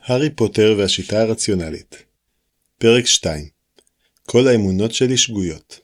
הארי פוטר והשיטה הרציונלית. פרק 2. כל האמונות שלי שגויות.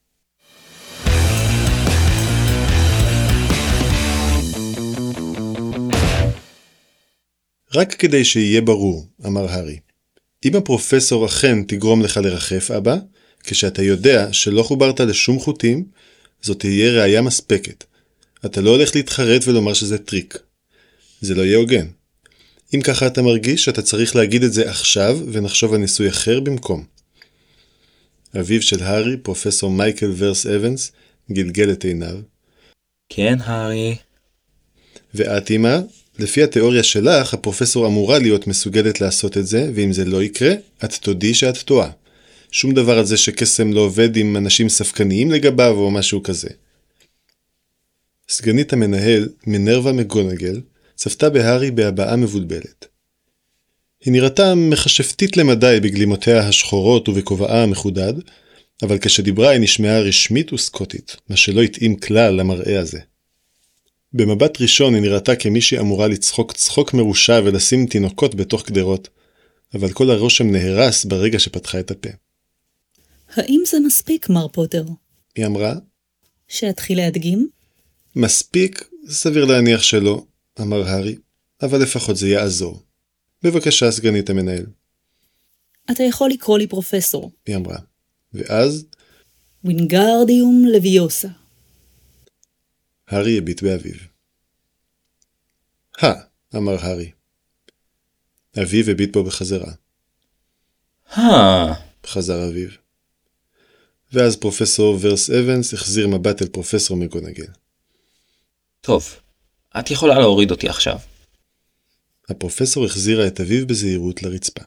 רק כדי שיהיה ברור, אמר הארי. אם הפרופסור אכן תגרום לך לרחף, אבא, כשאתה יודע שלא חוברת לשום חוטים, זאת תהיה ראיה מספקת. אתה לא הולך להתחרט ולומר שזה טריק. זה לא יהיה הוגן. אם ככה אתה מרגיש, אתה צריך להגיד את זה עכשיו, ונחשוב על ניסוי אחר במקום. אביו של הארי, פרופסור מייקל ורס אבנס, גלגל את עיניו. כן, הארי. ואת, אמא, לפי התיאוריה שלך, הפרופסור אמורה להיות מסוגלת לעשות את זה, ואם זה לא יקרה, את תודי שאת טועה. שום דבר על זה שקסם לא עובד עם אנשים ספקניים לגביו או משהו כזה. סגנית המנהל, מינרווה מגונגל, צפתה בהארי בהבעה מבולבלת. היא נראתה מחשבתית למדי בגלימותיה השחורות ובכובעה המחודד, אבל כשדיברה היא נשמעה רשמית וסקוטית, מה שלא התאים כלל למראה הזה. במבט ראשון היא נראתה כמישהי אמורה לצחוק צחוק מרושע ולשים תינוקות בתוך גדרות, אבל כל הרושם נהרס ברגע שפתחה את הפה. האם זה מספיק, מר פוטר? היא אמרה. שאתחיל להדגים? מספיק, סביר להניח שלא, אמר הארי, אבל לפחות זה יעזור. בבקשה, סגנית המנהל. אתה יכול לקרוא לי פרופסור. היא אמרה. ואז? וינגרדיום לוויוסה. הארי הביט באביו. אמר הארי. אביו הביט בו בחזרה. חזר אביו. ואז פרופסור ורס אבנס החזיר מבט אל פרופסור מגונגל. טוב, את יכולה להוריד אותי עכשיו. הפרופסור החזירה את אביו בזהירות לרצפה.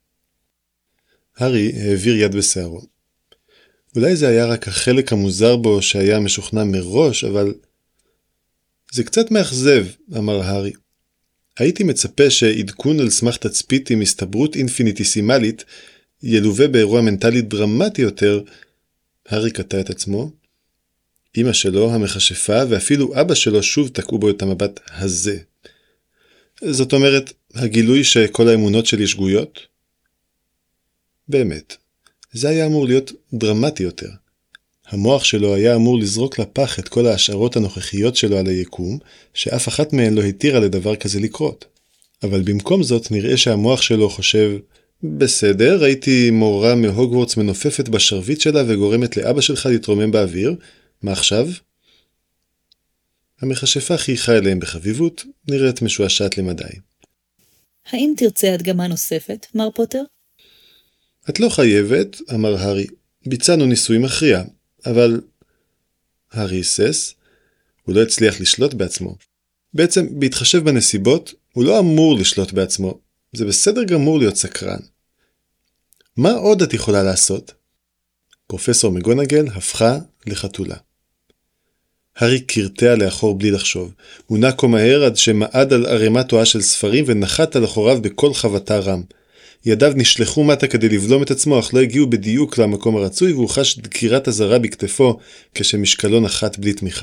הארי העביר יד בשערו. אולי זה היה רק החלק המוזר בו שהיה משוכנע מראש, אבל זה קצת מאכזב, אמר הארי. הייתי מצפה שעדכון על סמך תצפית עם הסתברות אינפיניטיסימלית ילווה באירוע מנטלי דרמטי יותר. הארי קטע את עצמו. אמא שלו, המכשפה, ואפילו אבא שלו שוב תקעו בו את המבט הזה. זאת אומרת, הגילוי שכל האמונות שלי שגויות? באמת, זה היה אמור להיות דרמטי יותר. המוח שלו היה אמור לזרוק לפח את כל ההשערות הנוכחיות שלו על היקום, שאף אחת מהן לא התירה לדבר כזה לקרות. אבל במקום זאת נראה שהמוח שלו חושב, בסדר, ראיתי מורה מהוגוורטס מנופפת בשרביט שלה וגורמת לאבא שלך להתרומם באוויר, מה עכשיו? המכשפה חייכה אליהם בחביבות, נראית משועשעת למדי. האם תרצה הדגמה נוספת, מר פוטר? את לא חייבת, אמר הארי. ביצענו ניסוי מכריע, אבל הארי היסס, הוא לא הצליח לשלוט בעצמו. בעצם, בהתחשב בנסיבות, הוא לא אמור לשלוט בעצמו. זה בסדר גמור להיות סקרן. מה עוד את יכולה לעשות? פרופסור מגונגל הפכה לחתולה. הארי קרטע לאחור בלי לחשוב. הוא נע כה מהר עד שמעד על ערימת תועה של ספרים ונחת על אחוריו בכל חבטה רם. ידיו נשלחו מטה כדי לבלום את עצמו, אך לא הגיעו בדיוק למקום הרצוי, והוא חש דקירת הזרה בכתפו כשמשקלו נחת בלי תמיכה.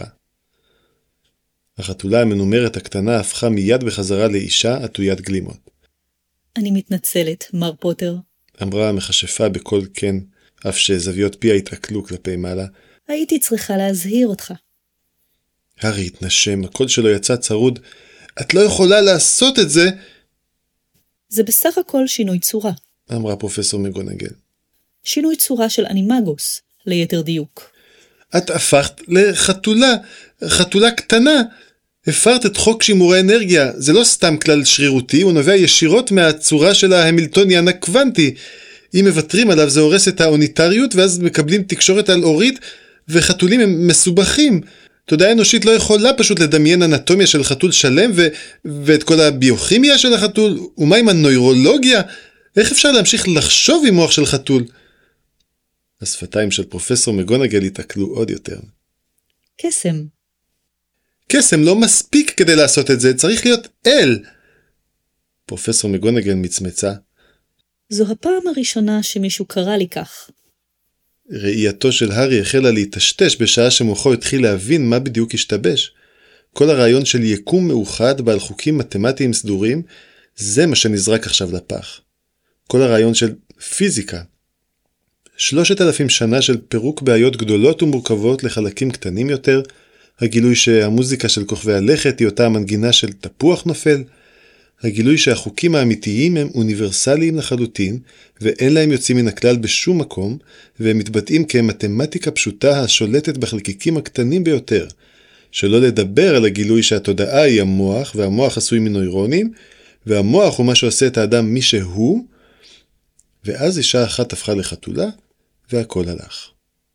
החתולה המנומרת הקטנה הפכה מיד בחזרה לאישה עטוית גלימות. אני מתנצלת, מר פוטר. אמרה המכשפה בקול כן, אף שזוויות פיה התעכלו כלפי מעלה. הייתי צריכה להזהיר אותך. הארי התנשם, הקול שלו יצא צרוד. את לא יכולה לעשות את זה! זה בסך הכל שינוי צורה. אמרה פרופסור מגונגל. שינוי צורה של אנימגוס, ליתר דיוק. את הפכת לחתולה, חתולה קטנה. הפרת את חוק שימורי אנרגיה. זה לא סתם כלל שרירותי, הוא נובע ישירות מהצורה של ההמילטוניאן הקוונטי. אם מבטרים עליו זה הורס את האוניטריות, ואז מקבלים תקשורת על אורית, וחתולים הם מסובכים. תודעה אנושית לא יכולה פשוט לדמיין אנטומיה של חתול שלם ואת כל הביוכימיה של החתול. ומה עם הנוירולוגיה? איך אפשר להמשיך לחשוב עם מוח של חתול? השפתיים של פרופסור מגונגל התעכלו עוד יותר. קסם. קסם לא מספיק כדי לעשות את זה, צריך להיות אל. פרופסור מגונגל מצמצה. זו הפעם הראשונה שמישהו קרא לי כך. ראייתו של הארי החלה להתשתש בשעה שמוחו התחיל להבין מה בדיוק השתבש. כל הרעיון של יקום מאוחד בעל חוקים מתמטיים סדורים זה מה שנזרק עכשיו לפח. כל הרעיון של פיזיקה. 3,000 שנה של פירוק בעיות גדולות ומורכבות לחלקים קטנים יותר, הגילוי שהמוזיקה של כוכבי הלכת היא אותה המנגינה של תפוח נופל, הגילוי שהחוקים האמיתיים הם אוניברסליים לחלוטין, ואין להם יוצאים מן הכלל בשום מקום, והם מתבטאים כמתמטיקה פשוטה השולטת בחלקיקים הקטנים ביותר, שלא לדבר על הגילוי שהתודעה היא המוח, והמוח עשוי מנוירונים, והמוח הוא מה שעושה את האדם מי שהוא, ואז אישה אחת הפכה לחתולה, והכל הלך.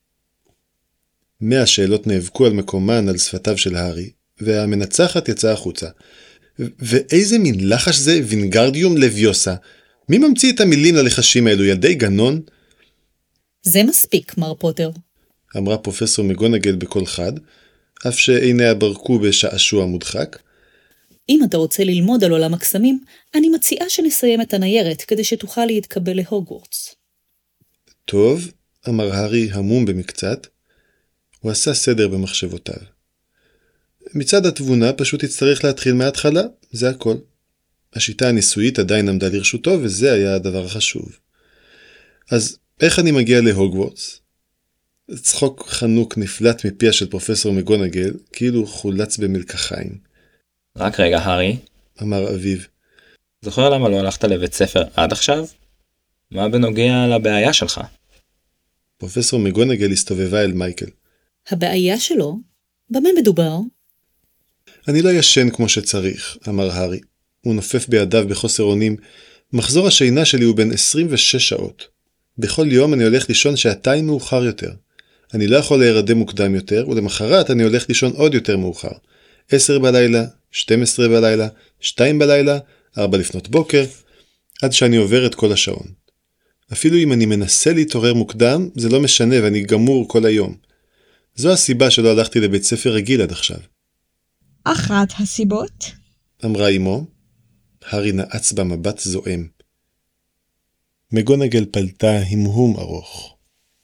100 שאלות נאבקו על מקומן על שפתיו של הארי, והמנצחת יצאה החוצה. ואיזה מין לחש זה וינגרדיום לביוסה? מי ממציא את המילים ללחשים האלו? ילדי גנון? זה מספיק, מר פוטר. אמרה פרופסור מגונגל בקול חד, אף שעיניה ברקו בשעשוע מודחק. אם אתה רוצה ללמוד על עולם הקסמים, אני מציעה שנסיים את הניירת כדי שתוכל להתקבל להוגוורטס. טוב, אמר הארי המום במקצת. הוא עשה סדר במחשבותיו. מצד התבונה פשוט יצטרך להתחיל מההתחלה, זה הכל. השיטה הניסויית עדיין עמדה לרשותו, וזה היה הדבר החשוב. אז איך אני מגיע להוגוורטס? צחוק חנוק נפלט מפיה של פרופסור מגונגל, כאילו חולץ במלקחיים. רק רגע, הארי, אמר אביו. זוכר למה לא הלכת לבית ספר עד עכשיו? מה בנוגע לבעיה שלך? פרופסור מגונגל הסתובבה אל מייקל. הבעיה שלו? במה מדובר? אני לא ישן כמו שצריך, אמר הארי. הוא נופף בידיו בחוסר אונים. מחזור השינה שלי הוא בין 26 שעות. בכל יום אני הולך לישון שעתיים מאוחר יותר. אני לא יכול להירדם מוקדם יותר, ולמחרת אני הולך לישון עוד יותר מאוחר. 10 בלילה, 12 בלילה, 2 בלילה, 4 לפנות בוקר, עד שאני עובר את כל השעון. אפילו אם אני מנסה להתעורר מוקדם, זה לא משנה ואני גמור כל היום. זו הסיבה שלא הלכתי לבית ספר רגיל עד עכשיו. אחת הסיבות? אמרה אמו. הארי נעץ במבט זועם. מגונגל פלטה המהום ארוך.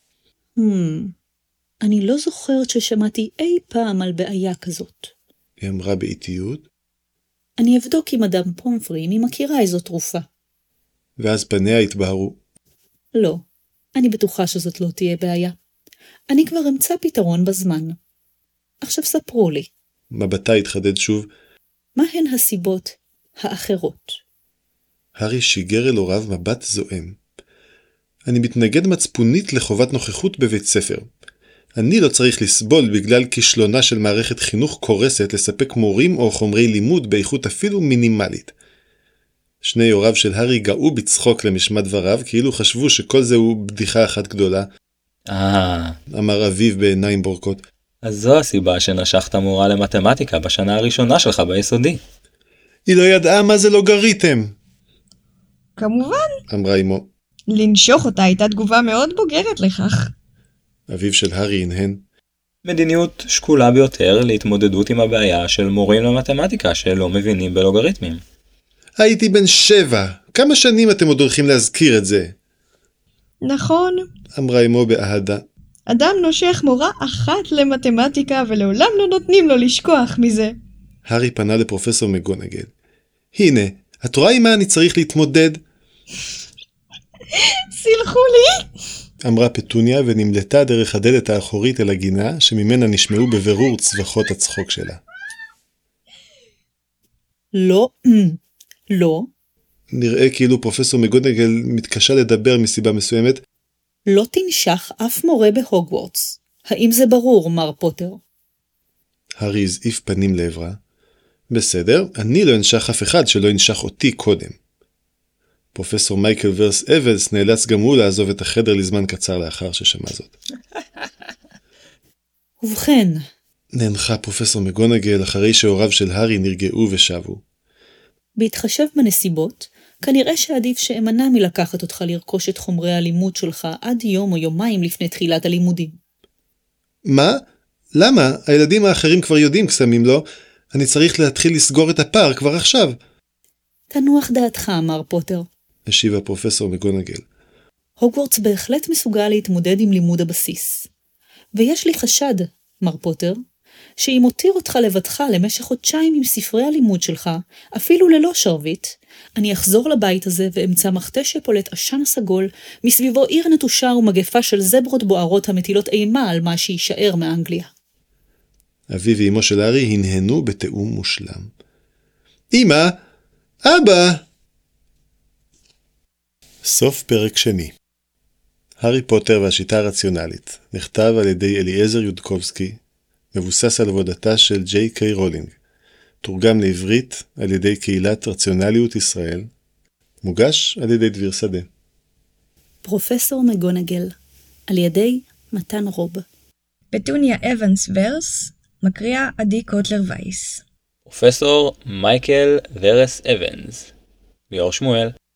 אני לא זוכרת ששמעתי אי פעם על בעיה כזאת. היא אמרה באיטיות. אני אבדוק עם אדם פומפרי אם היא מכירה איזו תרופה. ואז פניה התבהרו. לא, אני בטוחה שזאת לא תהיה בעיה. אני כבר אמצא פתרון בזמן. עכשיו ספרו לי. מבטה התחדד שוב. מה הן הסיבות האחרות? הארי שיגר אל הוריו מבט זועם. אני מתנגד מצפונית לחובת נוכחות בבית ספר. אני לא צריך לסבול בגלל כישלונה של מערכת חינוך קורסת לספק מורים או חומרי לימוד באיכות אפילו מינימלית. שני הוריו של הארי גאו בצחוק למשמע דבריו, כאילו חשבו שכל זה הוא בדיחה אחת גדולה. אמר אביו בעיניים בורקות. אז זו הסיבה שנשכת מורה למתמטיקה בשנה הראשונה שלך ביסודי. היא לא ידעה מה זה לוגריתם. כמובן. אמרה אמו. לנשוך אותה הייתה תגובה מאוד בוגרת לכך. אביו של הארי הנהן. מדיניות שקולה ביותר להתמודדות עם הבעיה של מורים למתמטיקה שלא מבינים בלוגריתמים. הייתי בן 7. כמה שנים אתם עוד הולכים להזכיר את זה? נכון. אמרה אמו באהדה. אדם נושך מורה אחת למתמטיקה ולעולם לא נותנים לו לשכוח מזה. הארי פנה לפרופסור מגונגל. הנה, את רואה עם מה אני צריך להתמודד? סלחו לי. אמרה פטוניה ונמלטה דרך הדלת האחורית אל הגינה שממנה נשמעו בבירור צווחות הצחוק שלה. לא, לא. נראה כאילו פרופסור מגונגל מתקשה לדבר מסיבה מסוימת. לא תנשך אף מורה בהוגוורטס. האם זה ברור, מר פוטר? הארי הזעיף פנים לעברה. בסדר, אני לא אנשך אף אחד שלא ינשך אותי קודם. פרופסור מייקל ורס אבלס נאלץ גם הוא לעזוב את החדר לזמן קצר לאחר ששמע זאת. ובכן, נאנחה פרופסור מגונגל אחרי שהוריו של הארי נרגעו ושבו. בהתחשב בנסיבות, כנראה שעדיף שאמנע מלקחת אותך לרכוש את חומרי הלימוד שלך עד יום או יומיים לפני תחילת הלימודים. מה? למה? הילדים האחרים כבר יודעים קסמים, לא? אני צריך להתחיל לסגור את הפער כבר עכשיו. תנוח דעתך, מר פוטר. השיבה פרופסור מגונגל. הוגוורטס בהחלט מסוגל להתמודד עם לימוד הבסיס. ויש לי חשד, מר פוטר, שאם הותיר אותך לבדך למשך חודשיים עם ספרי הלימוד שלך, אפילו ללא שרביט, אני אחזור לבית הזה ואמצא מחתה שפולט עשן סגול, מסביבו עיר נטושה ומגפה של זברות בוערות המטילות אימה על מה שישאר מאנגליה. אבי ואמו של הארי הנהנו בתאום מושלם. אמא! אבא! סוף פרק שני. הארי פוטר והשיטה הרציונלית נכתב על ידי אליעזר יודקובסקי, מבוסס על עבודתה של ג'יי קיי רולינג, תורגם לעברית על ידי קהילת רציונליות ישראל, מוגש על ידי דביר שדה. פרופסור מגונגל, על ידי מתן רוב. פטוניה אבנס ורס, מקריאה עדי קוטלר וייס. פרופסור מייקל ורס אבנס, ליאור שמואל.